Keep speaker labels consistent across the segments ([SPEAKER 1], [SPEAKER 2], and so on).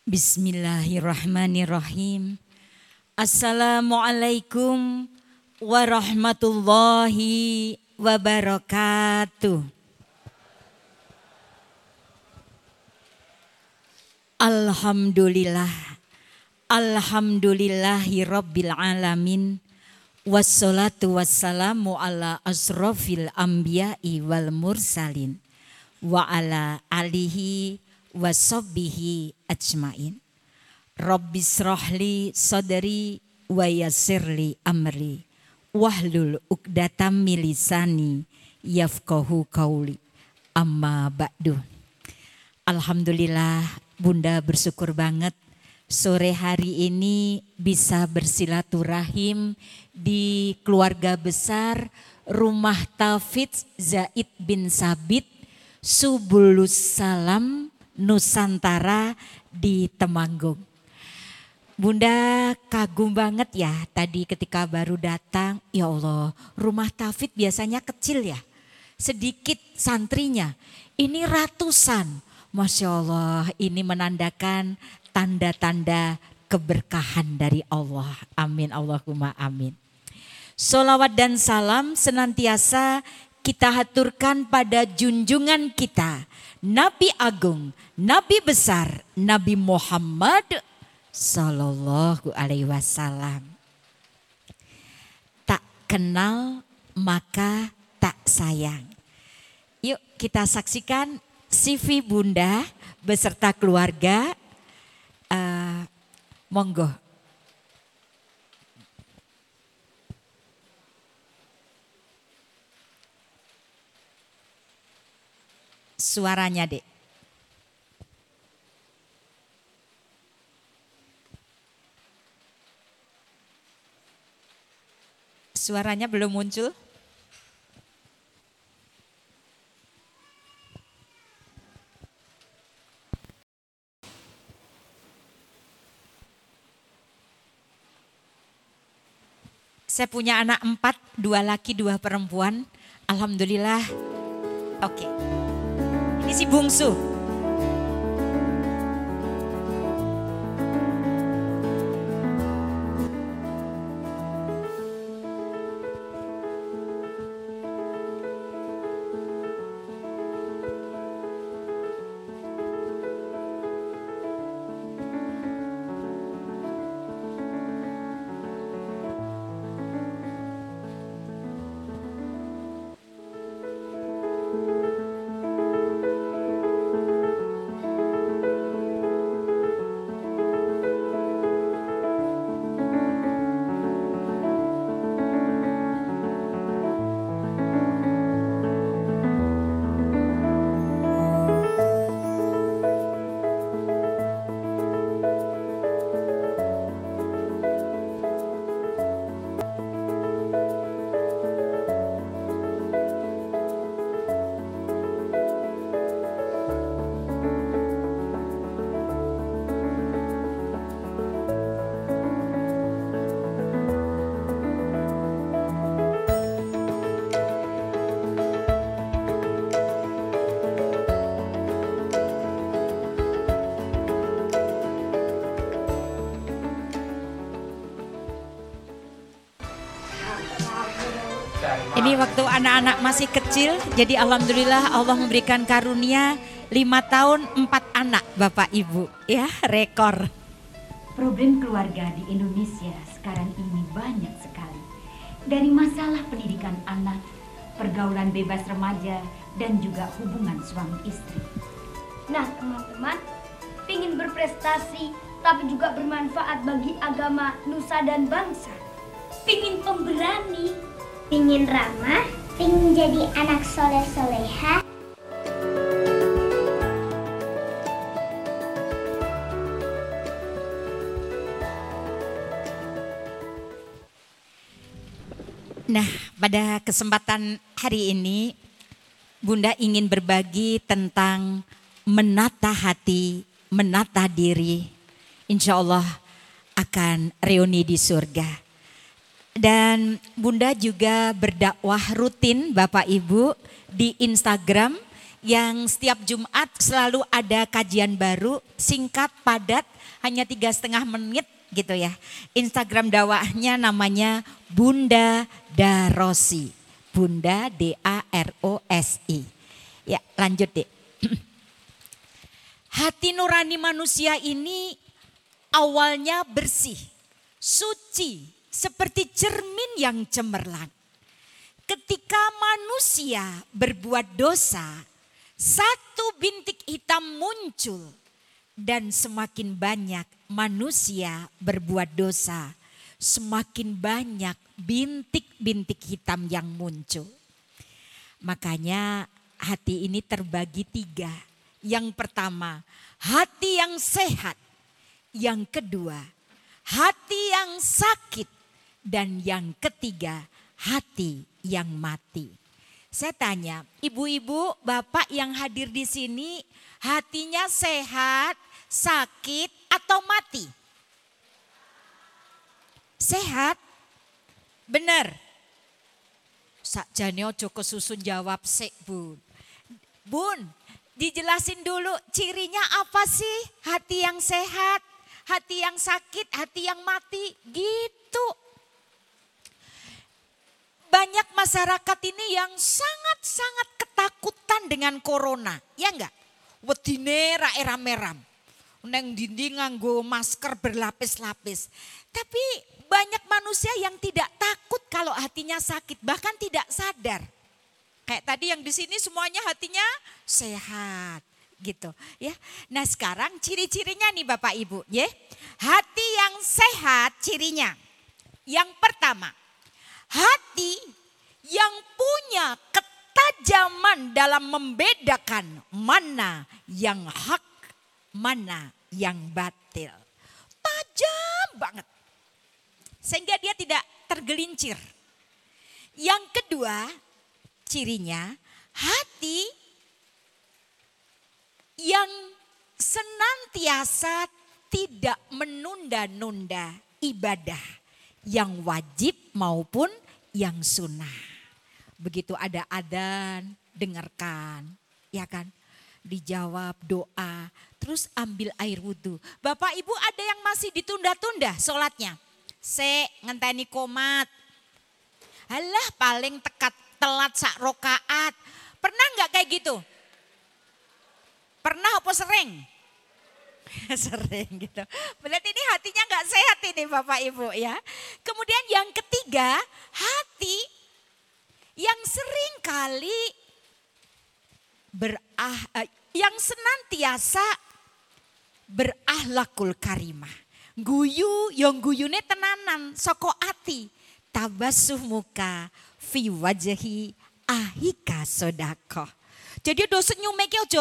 [SPEAKER 1] Bismillahirrahmanirrahim. Assalamualaikum warahmatullahi wabarakatuh. Alhamdulillah. Alhamdulillahi rabbil alamin. Wassalatu wassalamu ala asrofil anbiya'i wal mursalin. Wa ala alihi washabbihi ajmain. Rabbis rohli sadri wa yassirli amri wahlul uqdatam min lisani yafqahu qauli. Amma ba'du. Alhamdulillah, Bunda bersyukur banget sore hari ini bisa bersilaturahim di keluarga besar Rumah Tahfidz Zaid bin Sabit Subulus Salam Nusantara di Temanggung. Bunda kagum banget ya tadi ketika baru datang. Ya Allah, Rumah Tahfidz biasanya kecil ya, sedikit santrinya. Ini ratusan. Masya Allah, ini menandakan tanda-tanda keberkahan dari Allah. Amin Allahumma amin. Sholawat dan salam senantiasa kita haturkan pada junjungan kita, Nabi Agung, Nabi besar, Nabi Muhammad Sallallahu Alaihi Wasallam. Tak kenal maka tak sayang. Yuk kita saksikan CV Bunda beserta keluarga. Monggo. Suaranya, Dek. Suaranya belum muncul. Saya punya anak 4, 2 laki 2 perempuan. Alhamdulillah. Oke. Ini si bungsu. Ini waktu anak-anak masih kecil, jadi alhamdulillah Allah memberikan karunia 5 tahun 4 anak Bapak Ibu, ya rekor.
[SPEAKER 2] Problem keluarga di Indonesia sekarang ini banyak sekali. Dari masalah pendidikan anak, pergaulan bebas remaja, dan juga hubungan suami istri.
[SPEAKER 3] Nah teman-teman, ingin berprestasi tapi juga bermanfaat bagi agama, nusa dan bangsa. Pingin pemberani,
[SPEAKER 4] pingin ramah, pingin jadi anak soleh-soleha.
[SPEAKER 1] Nah, pada kesempatan hari ini Bunda ingin berbagi tentang menata hati, menata diri. Insya Allah akan reuni di surga. Dan Bunda juga berdakwah rutin Bapak Ibu di Instagram yang setiap Jumat selalu ada kajian baru, singkat, padat, hanya 3,5 menit gitu ya. Instagram dakwahnya namanya Bunda Darosi. Bunda Darosi. Ya lanjut deh. Hati nurani manusia ini awalnya bersih, suci, seperti cermin yang cemerlang. Ketika manusia berbuat dosa, satu bintik hitam muncul. Dan semakin banyak manusia berbuat dosa, semakin banyak bintik-bintik hitam yang muncul. Makanya hati ini terbagi 3. Yang pertama, hati yang sehat. Yang kedua, hati yang sakit. Dan yang ketiga, hati yang mati. Saya tanya, ibu-ibu, bapak yang hadir di sini, hatinya sehat, sakit, atau mati? Sehat? Benar. Sakjane ojo kesusun jawab sik, Bun. Bun, dijelasin dulu cirinya apa sih hati yang sehat, hati yang sakit, hati yang mati, gitu. Banyak masyarakat ini yang sangat-sangat ketakutan dengan corona, ya enggak? Wedine ra eram-eram. Neng dindi nganggo masker berlapis-lapis. Tapi banyak manusia yang tidak takut kalau hatinya sakit, bahkan tidak sadar. Kayak tadi yang di sini semuanya hatinya sehat gitu ya. Nah sekarang ciri-cirinya nih Bapak Ibu ya. Hati yang sehat cirinya. Yang pertama, hati yang punya ketajaman dalam membedakan mana yang hak, mana yang batil. Tajam banget. Sehingga dia tidak tergelincir. Yang kedua, cirinya hati yang senantiasa tidak menunda-nunda ibadah yang wajib maupun yang sunnah. Begitu ada adzan, dengarkan, ya kan? Dijawab doa, terus ambil air wudhu. Bapak Ibu ada yang masih ditunda-tunda sholatnya. Ngenteni komat. Halah paling telat sak rokaat. Pernah nggak kayak gitu? Pernah apa sering? Sering gitu. Berarti ini hatinya nggak sehat ini Bapak Ibu ya. Kemudian yang ketiga, hati yang sering kali yang senantiasa berakhlakul karimah. Guyu yang guyune tenanan soko ati. Tabasuh muka fi wajahi ahika sodakoh. Jadi dosa nyumeke ojo.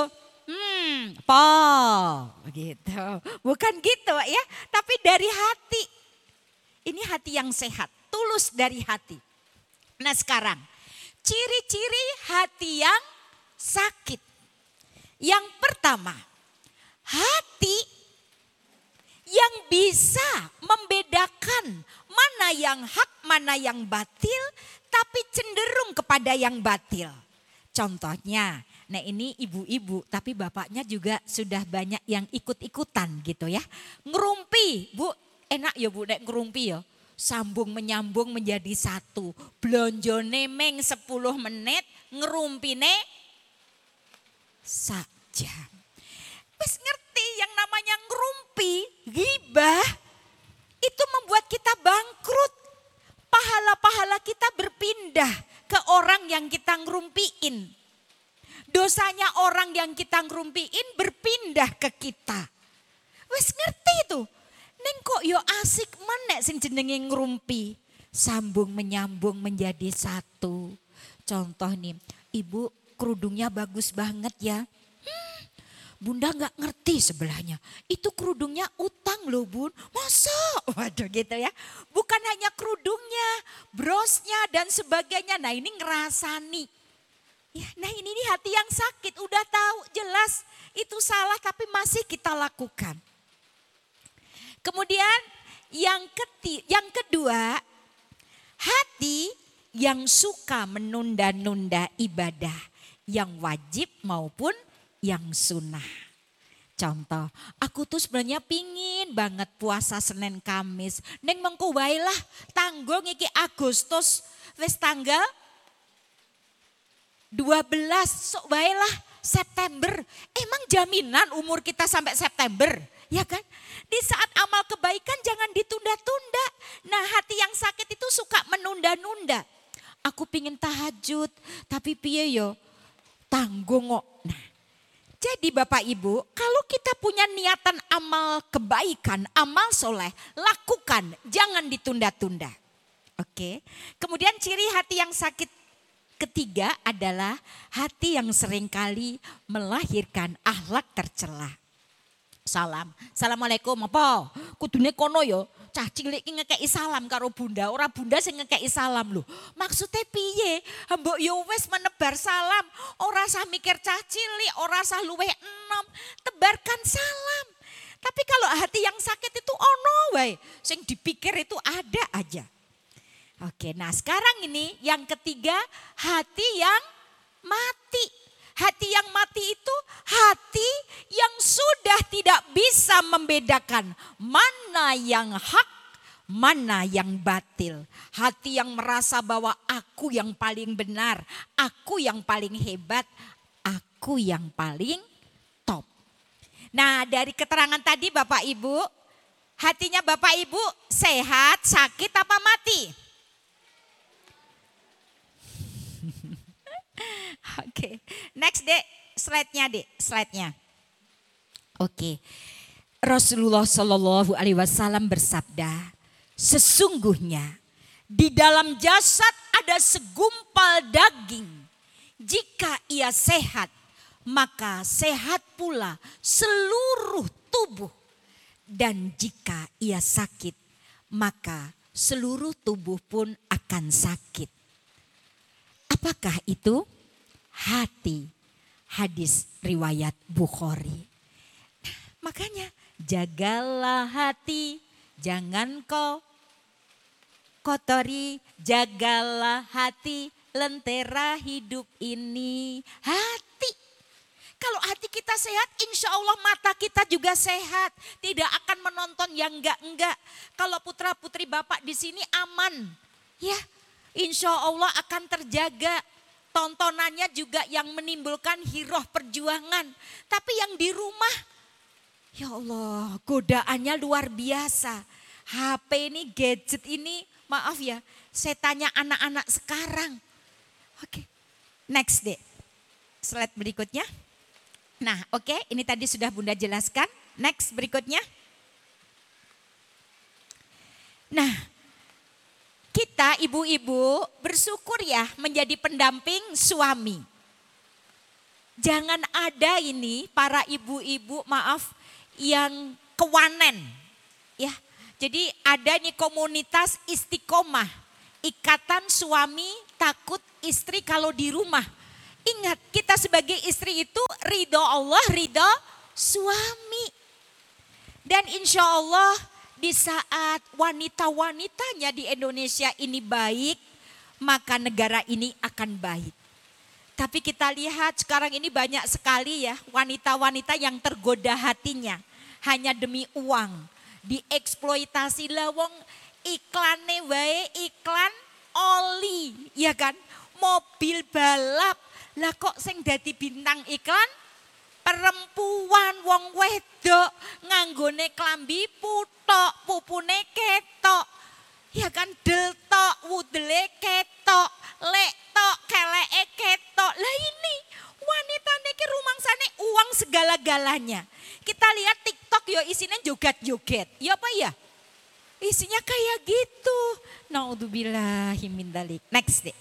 [SPEAKER 1] Gitu. Bukan gitu ya. Tapi dari hati. Ini hati yang sehat. Tulus dari hati. Nah sekarang. Ciri-ciri hati yang sakit. Yang pertama. Hati yang bisa membedakan mana yang hak, mana yang batil. Tapi cenderung kepada yang batil. Contohnya. Nah ini ibu-ibu tapi bapaknya juga sudah banyak yang ikut-ikutan gitu ya. Ngerumpi, Bu, enak ya Bu nek ngerumpi ya. Sambung menyambung menjadi satu. Blonjone meng 10 menit, ngerumpine sajam. Wis ngerti yang namanya ngerumpi, ghibah, itu membuat kita bangkrut. Pahala-pahala kita berpindah ke orang yang kita ngerumpiin. Dosanya orang yang kita ngerumpiin berpindah ke kita. Wis ngerti itu. Neng kok yo asik menek sing jenenge ngerumpi. Sambung menyambung menjadi satu. Contoh nih, ibu kerudungnya bagus banget ya. Bunda gak ngerti sebelahnya. Itu kerudungnya utang loh Bun. Masa? Waduh gitu ya. Bukan hanya kerudungnya, brosnya dan sebagainya. Nah ini ngerasani. Ya, nah ini nih hati yang sakit. Udah tahu jelas itu salah tapi masih kita lakukan. Kemudian yang kedua. Hati yang suka menunda-nunda ibadah. yang wajib maupun yang sunnah. Contoh, aku tuh sebenarnya pingin banget puasa Senin Kamis. Neng mengko wae lah tanggung iki Agustus wis tanggal 12 sok wae lah September. Emang jaminan umur kita sampai September? Ya kan? Di saat amal kebaikan jangan ditunda-tunda. Nah, hati yang sakit itu suka menunda-nunda. Aku pingin tahajud, tapi piye yo? Tanggung kok. Nah, jadi Bapak Ibu, kalau kita punya niatan amal kebaikan, amal soleh, lakukan, jangan ditunda-tunda. Oke. Kemudian ciri hati yang sakit ketiga adalah hati yang seringkali melahirkan akhlak tercela. Salam. Assalamualaikum apa? Kudune kono yo. Cah cilik ki ngekeki salam karo bunda, ora bunda sing ngekeki salam lho. Maksudnya piye? Mbok yo wis menebar salam, ora usah mikir cah cilik, ora usah luweh enom, tebarkan salam. Tapi kalau hati yang sakit itu ono wae, sing dipikir itu ada aja. Oke, nah sekarang ini yang ketiga, hati yang mati. Hati yang mati itu hati yang sudah tidak bisa membedakan mana yang hak, mana yang batil. Hati yang merasa bahwa aku yang paling benar, aku yang paling hebat, aku yang paling top. Nah, dari keterangan tadi Bapak Ibu, hatinya Bapak Ibu sehat, sakit apa mati? Oke, next Dek, slide-nya Dek, slide-nya. Oke, Rasulullah Shallallahu Alaihi Wasallam bersabda, sesungguhnya di dalam jasad ada segumpal daging. Jika ia sehat, maka sehat pula seluruh tubuh. Dan jika ia sakit, maka seluruh tubuh pun akan sakit. Apakah itu? Hati. Hadis riwayat Bukhari. Nah, makanya jagalah hati, jangan kau kotori. Jagalah hati, lentera hidup ini. Hati. Kalau hati kita sehat, insya Allah mata kita juga sehat. Tidak akan menonton yang enggak-enggak. Kalau putra putri Bapak di sini aman. Ya, insya Allah akan terjaga. Tontonannya juga yang menimbulkan hiroh perjuangan. Tapi yang di rumah, ya Allah godaannya luar biasa. HP ini, gadget ini, maaf ya, saya tanya anak-anak sekarang. Oke, next deh, slide berikutnya. Nah oke, ini tadi sudah Bunda jelaskan. Next berikutnya. Nah, kita ibu-ibu bersyukur ya menjadi pendamping suami. Jangan ada ini para ibu-ibu maaf yang kewanen. Ya, jadi ada nih komunitas istiqomah. Ikatan suami takut istri kalau di rumah. Ingat kita sebagai istri itu ridho Allah, ridho suami. Dan insya Allah di saat wanita-wanitanya di Indonesia ini baik, maka negara ini akan baik. Tapi kita lihat sekarang ini banyak sekali ya wanita-wanita yang tergoda hatinya hanya demi uang. Dieksploitasi lawong iklane wae iklan oli, ya kan? Mobil balap. Lah kok sing dadi bintang iklan? Perempuan wong wedok nganggone klambi putok, pupune ketok. Ya kan deltok, wudele ketok, lektok, keleke ketok. Lah ini wanita niki rumangsane uang segala-galanya. Kita lihat TikTok yo isinya joget-joget. Ya apa ya? Isinya kayak gitu. Naudzubillahi min dzalik. Next deh.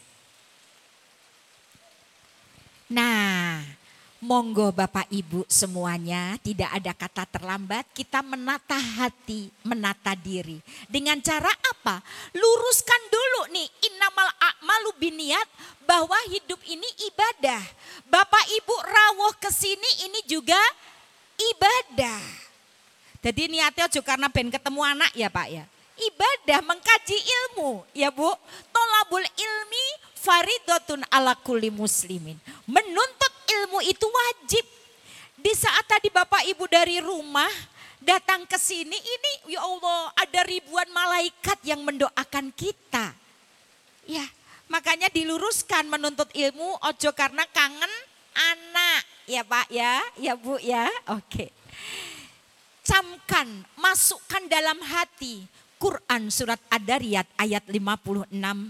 [SPEAKER 1] Nah, monggo Bapak Ibu semuanya, tidak ada kata terlambat, kita menata hati, menata diri. Dengan cara apa? Luruskan dulu nih, innamal a'malu binniyat, bahwa hidup ini ibadah. Bapak Ibu rawuh ke sini ini juga ibadah. Jadi niatnya juga karena ben ketemu anak ya Pak ya. Ibadah, mengkaji ilmu ya Bu. Tolabul ilmi Faridatun ala kulli muslimin. Menuntut ilmu itu wajib. Di saat tadi Bapak Ibu dari rumah datang ke sini, ini ya Allah ada ribuan malaikat yang mendoakan kita. Ya, makanya diluruskan menuntut ilmu ojo karena kangen anak. Ya Pak ya Bu ya. Oke. Camkan, masukkan dalam hati Quran surat Ad-Dariyat ayat 56.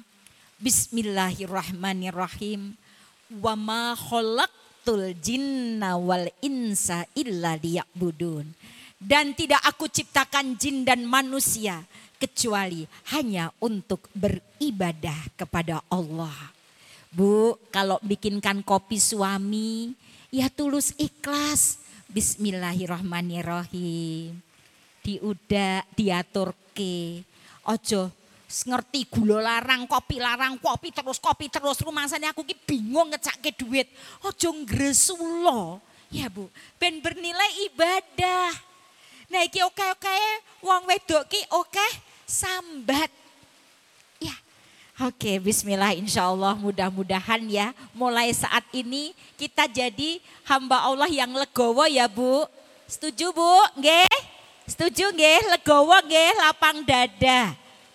[SPEAKER 1] Bismillahirrahmanirrahim. Wa ma khalaqtul jinna wal insa illa liya'budun. Dan tidak aku ciptakan jin dan manusia kecuali hanya untuk beribadah kepada Allah. Bu, kalau bikinkan kopi suami, ya tulus ikhlas. Bismillahirrahmanirrahim. Diudak, diaturke. Ojo ngerti gula larang, kopi terus. Rumangsane aku ki bingung ngecake duit. Ojo ngresulo. Ya Bu, ben bernilai ibadah. Nah iki oke wong wedok ki oke sambat. Ya. Oke, bismillah insyaallah mudah-mudahan ya mulai saat ini kita jadi hamba Allah yang legowo ya Bu. Setuju Bu? Nggih? Setuju nggih? Legowo nggih, lapang dada.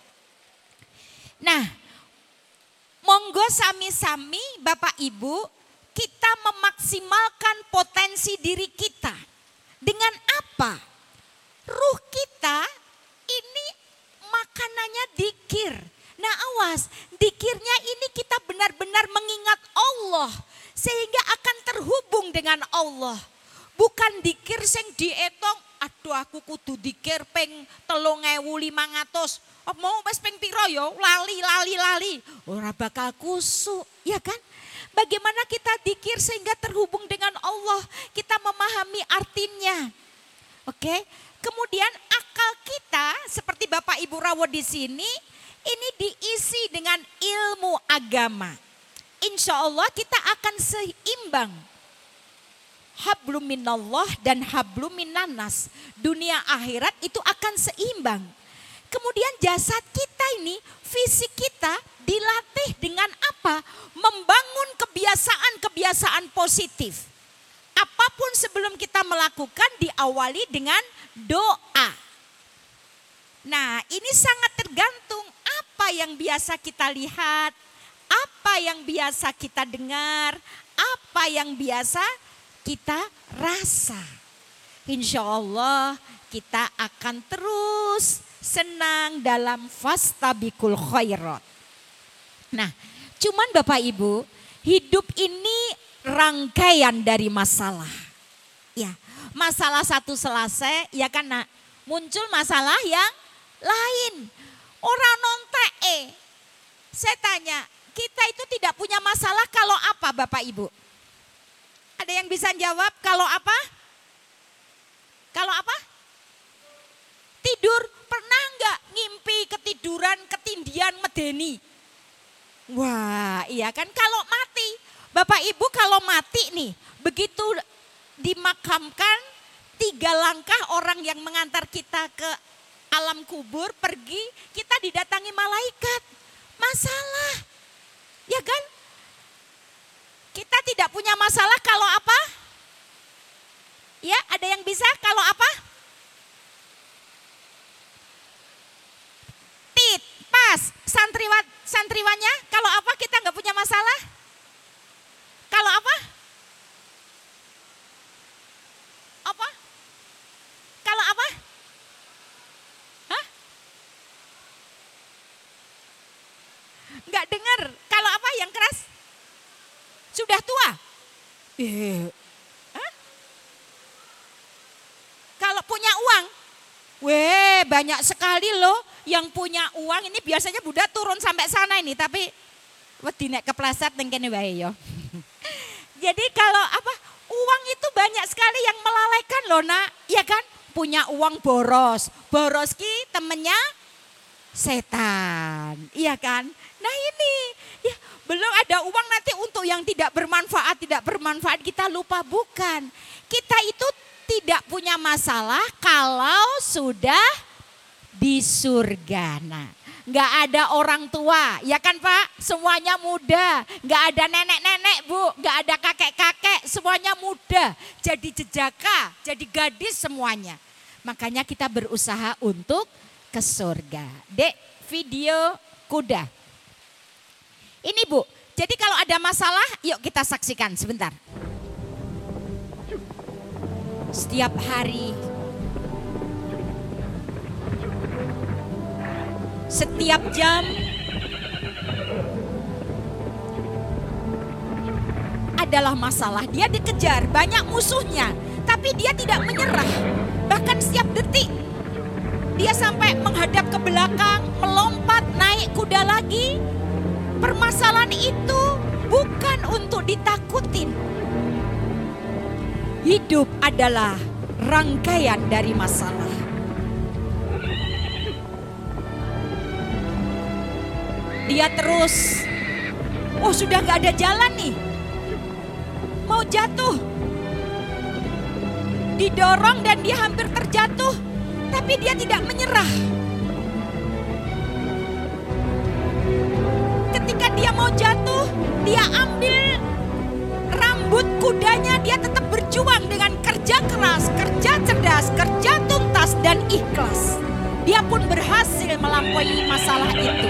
[SPEAKER 1] Nah, monggo sami-sami Bapak Ibu kita memaksimalkan potensi diri kita. Dengan apa? Ruh kita ini makanannya dzikir. Nah awas, dzikirnya ini kita benar-benar mengingat Allah. Sehingga akan terhubung dengan Allah. Bukan dzikir sing dietong, aduh aku kudu dzikir ping 3.500. Mau wis ping pira ya, lali. Ora bakal kusuk, ya kan? Bagaimana kita dzikir sehingga terhubung dengan Allah, kita memahami artinya. Oke? Kemudian akal kita seperti Bapak Ibu rawuh di sini, ini diisi dengan ilmu agama. Insya Allah kita akan seimbang. Hablum minallah dan hablum minannas. Dunia akhirat itu akan seimbang. Kemudian jasad kita ini, fisik kita dilatih dengan apa? Membangun kebiasaan-kebiasaan positif. Apapun sebelum kita melakukan diawali dengan doa. Nah ini sangat tergantung apa yang biasa kita lihat, apa yang biasa kita dengar, apa yang biasa kita rasa. Insya Allah kita akan terus senang dalam fastabiqul khairat. Nah, cuman Bapak Ibu, hidup ini rangkaian dari masalah. Ya, masalah satu selesai, ya kan muncul masalah yang lain. Orang nontek. Saya tanya, kita itu tidak punya masalah kalau apa Bapak Ibu? Ada yang bisa jawab kalau apa? Kalau apa? Tidur. Pernah enggak ngimpi ketiduran, ketindian, medeni? Wah iya kan, kalau mati. Bapak Ibu kalau mati nih, begitu dimakamkan 3 langkah orang yang mengantar kita ke alam kubur pergi, kita didatangi malaikat. Masalah, ya kan? Kita tidak punya masalah kalau apa? Ya, ada yang bisa kalau apa? Pas, santriwannya kalau apa kita nggak punya masalah? Kalau apa? Apa? Kalau apa? Hah? Nggak dengar. Kalau apa yang keras? Sudah tua? Hah? Kalau punya uang? Weh, banyak sekali loh yang punya uang. Ini biasanya Bunda turun sampai sana ini, tapi wedi nek kepleset ning kene wae ya. Jadi kalau apa? Uang itu banyak sekali yang melalaikan loh Nak, ya kan? Punya uang boros. Boros ki temennya setan, iya kan? Nah ini, ya belum ada uang nanti untuk yang tidak bermanfaat kita lupa bukan. Kita itu tidak punya masalah kalau sudah di surga. Nah, nggak ada orang tua, ya kan Pak? Semuanya muda, nggak ada nenek-nenek Bu, nggak ada kakek-kakek, semuanya muda. Jadi jejaka, jadi gadis semuanya. Makanya kita berusaha untuk ke surga. Dek, video kuda. Ini Bu, jadi kalau ada masalah, yuk kita saksikan sebentar. Setiap hari, setiap jam adalah masalah. Dia dikejar, banyak musuhnya, tapi dia tidak menyerah. Bahkan setiap detik dia sampai menghadap ke belakang, melompat, naik kuda lagi. Permasalahan itu bukan untuk ditakutin. Hidup adalah rangkaian dari masalah. Dia terus, sudah gak ada jalan nih. Mau jatuh. Didorong dan dia hampir terjatuh. Tapi dia tidak menyerah. Ketika dia mau jatuh, dia ambil rambut kudanya, dia tetap berjuang dengan kerja keras, kerja cerdas, kerja tuntas dan ikhlas. Dia pun berhasil melampaui masalah itu.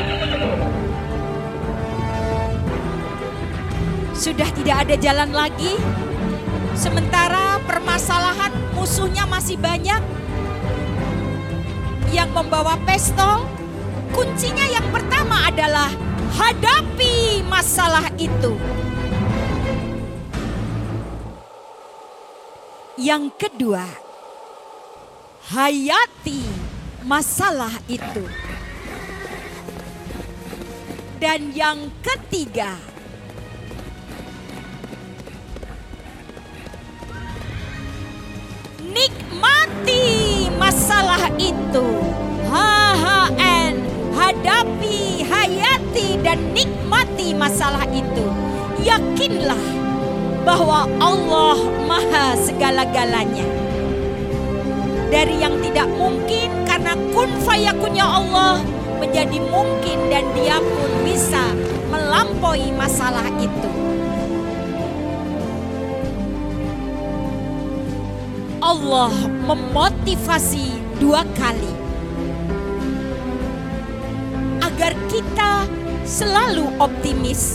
[SPEAKER 1] Sudah tidak ada jalan lagi. Sementara permasalahan musuhnya masih banyak. Yang membawa pistol, kuncinya yang pertama adalah hadapi masalah itu. Yang kedua, hayati masalah itu. Dan yang ketiga, nikmati masalah itu. HHN, hadapi, hayati dan nikmati masalah itu. Yakinlah bahwa Allah Maha segala-galanya. Dari yang tidak mungkin karena kun fayakunnya Allah menjadi mungkin dan dia pun bisa melampaui masalah itu. Allah memotivasi 2 kali agar kita selalu optimis.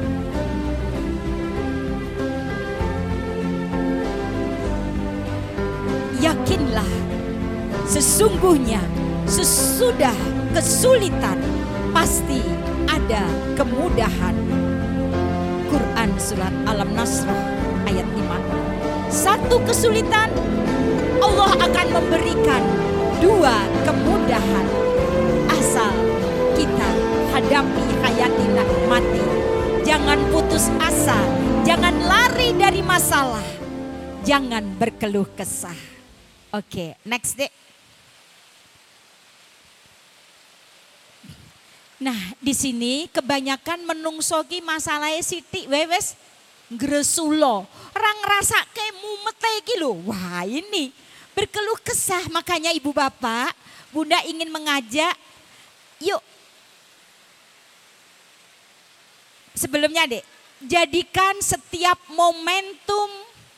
[SPEAKER 1] Yakinlah, sesungguhnya sesudah kesulitan pasti ada kemudahan. Quran surat Al-Nasrah ayat 5. Satu kesulitan, Allah akan memberikan 2 kemudahan. Asal kita hadapi, hayati, nikmati. Jangan putus asa, jangan lari dari masalah, jangan berkeluh kesah. Oke, next deh. Nah, di sini kebanyakan menungsoki masalahnya sithik wes gresulo. Orang ngrasake mumete iki lho. Wah, ini berkeluh kesah. Makanya Ibu Bapak, Bunda ingin mengajak, yuk. Sebelumnya Dek, jadikan setiap momentum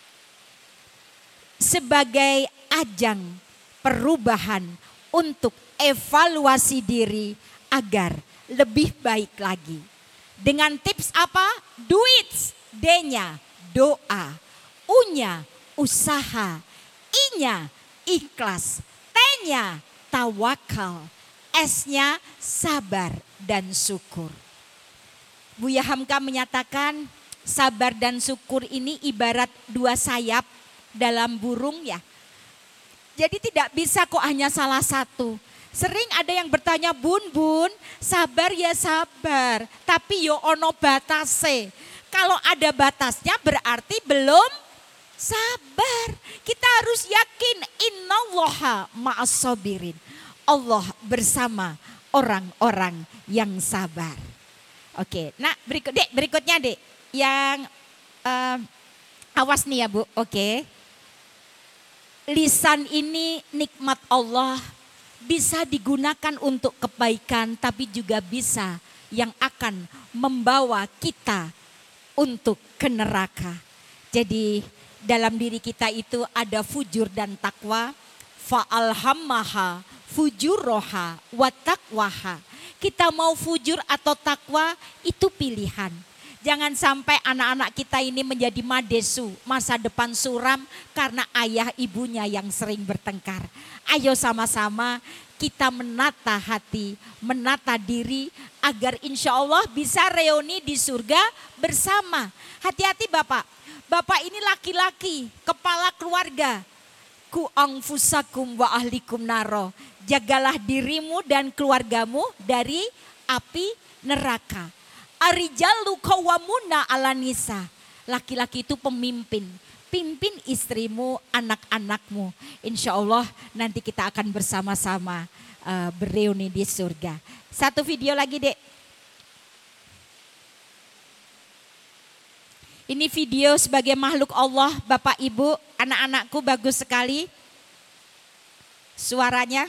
[SPEAKER 1] sebagai ajang perubahan untuk evaluasi diri agar lebih baik lagi. Dengan tips apa? Duits, D-nya doa, U-nya usaha, I-nya ikhlas, T-nya tawakal, S-nya sabar dan syukur. Buya Hamka menyatakan sabar dan syukur ini ibarat 2 sayap dalam burung ya. Jadi tidak bisa kok hanya salah satu. Sering ada yang bertanya, Bun, sabar ya sabar, tapi yo ono batase. Kalau ada batasnya berarti belum sabar. Kita harus yakin innallaha ma'as-sabirin. Allah bersama orang-orang yang sabar. Oke, nah berikutnya Dek. Yang awas nih ya Bu, oke. Lisan ini nikmat Allah bisa digunakan untuk kebaikan, tapi juga bisa yang akan membawa kita untuk ke neraka. Jadi dalam diri kita itu ada fujur dan takwa. Fa'alhammaha fujuroha wa taqwaha. Kita mau fujur atau takwa itu pilihan. Jangan sampai anak-anak kita ini menjadi madesu, masa depan suram karena ayah ibunya yang sering bertengkar. Ayo sama-sama kita menata hati, menata diri agar insya Allah bisa reuni di surga bersama. Hati-hati Bapak, Bapak ini laki-laki, kepala keluarga. Ku anfusakum wa ahlikum naro. Jagalah dirimu dan keluargamu dari api neraka. Arijalu qawwamuna 'alan nisa. Laki-laki itu pemimpin. Pimpin istrimu, anak-anakmu. Insya Allah nanti kita akan bersama-sama bereuni di surga. Satu video lagi, Dek. Ini video sebagai makhluk Allah, Bapak Ibu, anak-anakku bagus sekali. Suaranya.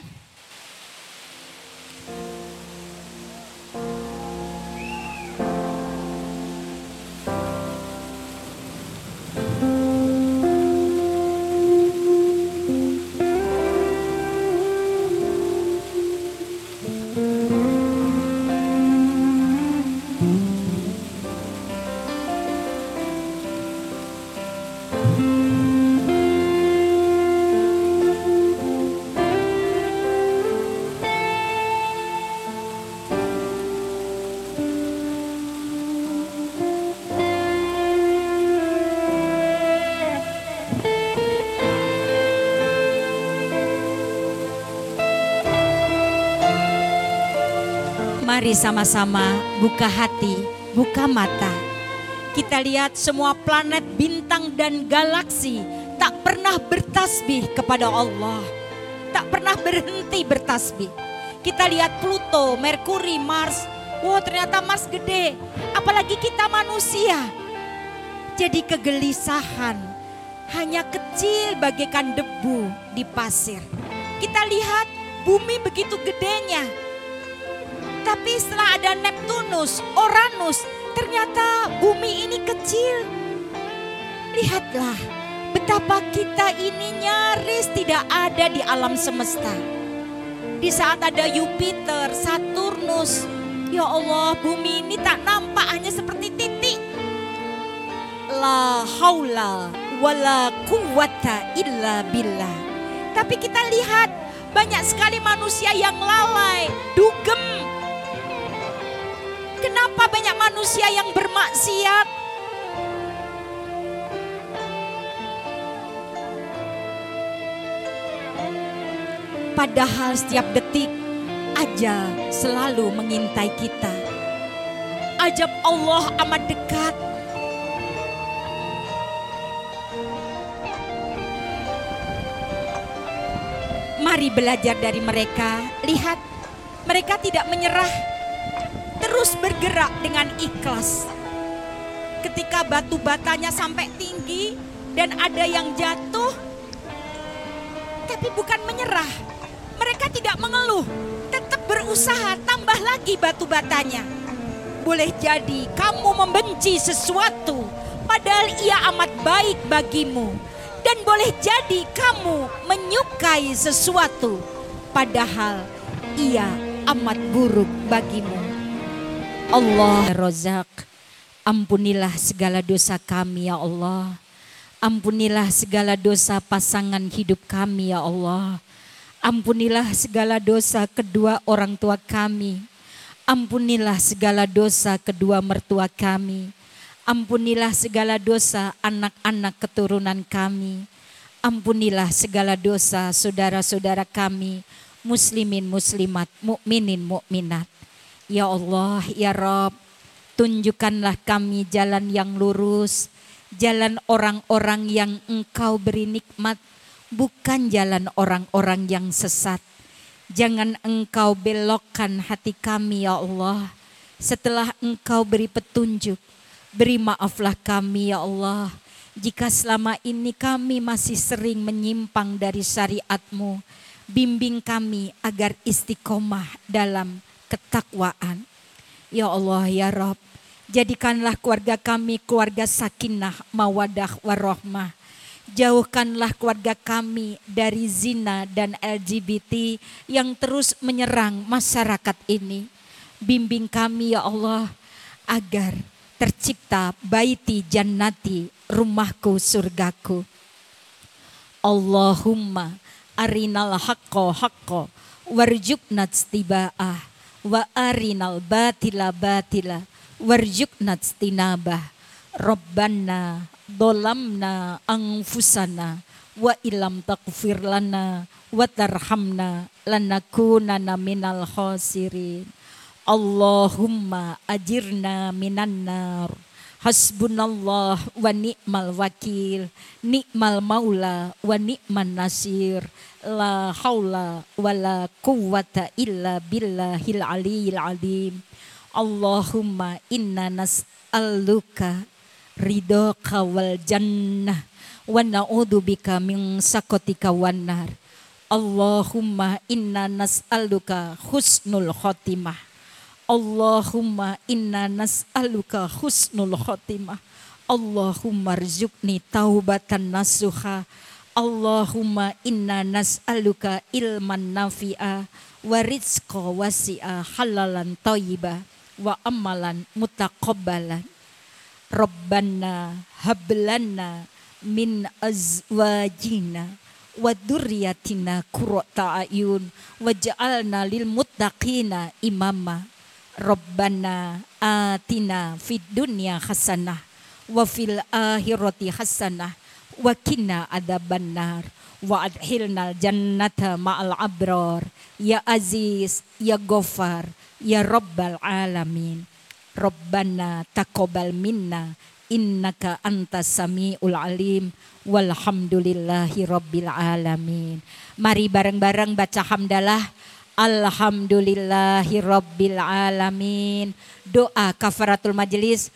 [SPEAKER 1] Mari sama-sama buka hati, buka mata. Kita lihat semua planet, bintang dan galaksi tak pernah bertasbih kepada Allah. Tak pernah berhenti bertasbih. Kita lihat Pluto, Merkuri, Mars. Wow, ternyata Mars gede. Apalagi kita manusia. Jadi kegelisahan hanya kecil bagaikan debu di pasir. Kita lihat bumi begitu gedenya. Tapi setelah ada Neptunus, Uranus, ternyata bumi ini kecil. Lihatlah betapa kita ini nyaris tidak ada di alam semesta. Di saat ada Jupiter, Saturnus, ya Allah, bumi ini tak nampak, hanya seperti titik. La haula wala quwwata illa billah. Tapi kita lihat banyak sekali manusia yang lalai, dugem. Kenapa banyak manusia yang bermaksiat? Padahal setiap detik ajal selalu mengintai kita. Ajab Allah amat dekat. Mari belajar dari mereka. Lihat, mereka tidak menyerah. Terus bergerak dengan ikhlas. Ketika batu batanya sampai tinggi dan ada yang jatuh, tapi bukan menyerah. Mereka tidak mengeluh, tetap berusaha, tambah lagi batu batanya. Boleh jadi kamu membenci sesuatu, padahal ia amat baik bagimu. Dan boleh jadi kamu menyukai sesuatu, padahal ia amat buruk bagimu. Allah Rozak, ampunilah segala dosa kami ya Allah. Ampunilah segala dosa pasangan hidup kami ya Allah. Ampunilah segala dosa kedua orang tua kami. Ampunilah segala dosa kedua mertua kami. Ampunilah segala dosa anak-anak keturunan kami. Ampunilah segala dosa saudara-saudara kami, muslimin muslimat, mukminin mukminat. Ya Allah, ya Rabb, tunjukkanlah kami jalan yang lurus, jalan orang-orang yang Engkau beri nikmat, bukan jalan orang-orang yang sesat. Jangan Engkau belokkan hati kami ya Allah. Setelah Engkau beri petunjuk, beri maaflah kami ya Allah. Jika selama ini kami masih sering menyimpang dari syariat-Mu, Bimbing kami agar istiqomah dalam ketakwaan. Ya Allah ya Rabb, jadikanlah keluarga kami keluarga sakinah, mawadah, warahmah. Jauhkanlah keluarga kami dari zina dan LGBT yang terus menyerang masyarakat ini. Bimbing kami ya Allah agar tercipta baiti jannati, rumahku surgaku. Allahumma arinal haqqo haqqo warjukna istiba'ah wa arinal batila batila warjukna istinabah. Rabbana dolamna anfusana wa ilam taghfir lana wa tarhamna lanakunana minal khasirin. Allahumma ajirna minan nar. Hasbunallah wa ni'mal wakil, ni'mal maula wa ni'man nasir. La haula wa la quwwata illa billahil aliyil azim. Allahumma inna nas'aluka ridhoka wal jannah wa na'udzubika min sakhatika wan nar. Allahumma inna nas'aluka husnul khotimah. Allahumma inna nas'aluka husnul khotimah. Allahumma rzuqni taubatan nasuha. Allahumma inna nas'aluka ilman nafi'a wa rizqa wasi'a halalan thayyibah wa amalan mutaqabbalan. Rabbana hablana min azwajina wa dzurriyyatina qurrata a'yun waj'alna lil muttaqina imama. Rabbana atina fid dunya hasanah wa fil akhirati hasanah wa qina adzabannar wa adkhilnal jannata ma'al abrar ya aziz ya ghafar ya rabbal alamin. Rabbana taqabbal minna innaka antas samiul alim walhamdulillahi rabbil alamin. Mari bareng-bareng baca hamdalah. Alhamdulillahi rabbil alamin. Doa kafaratul majelis.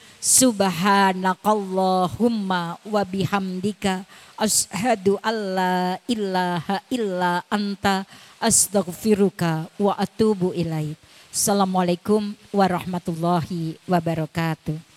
[SPEAKER 1] Subhanakallahumma wa bihamdika asyhadu alla ilaha illa anta astaghfiruka wa atubu ilaik. Assalamualaikum warahmatullahi wabarakatuh.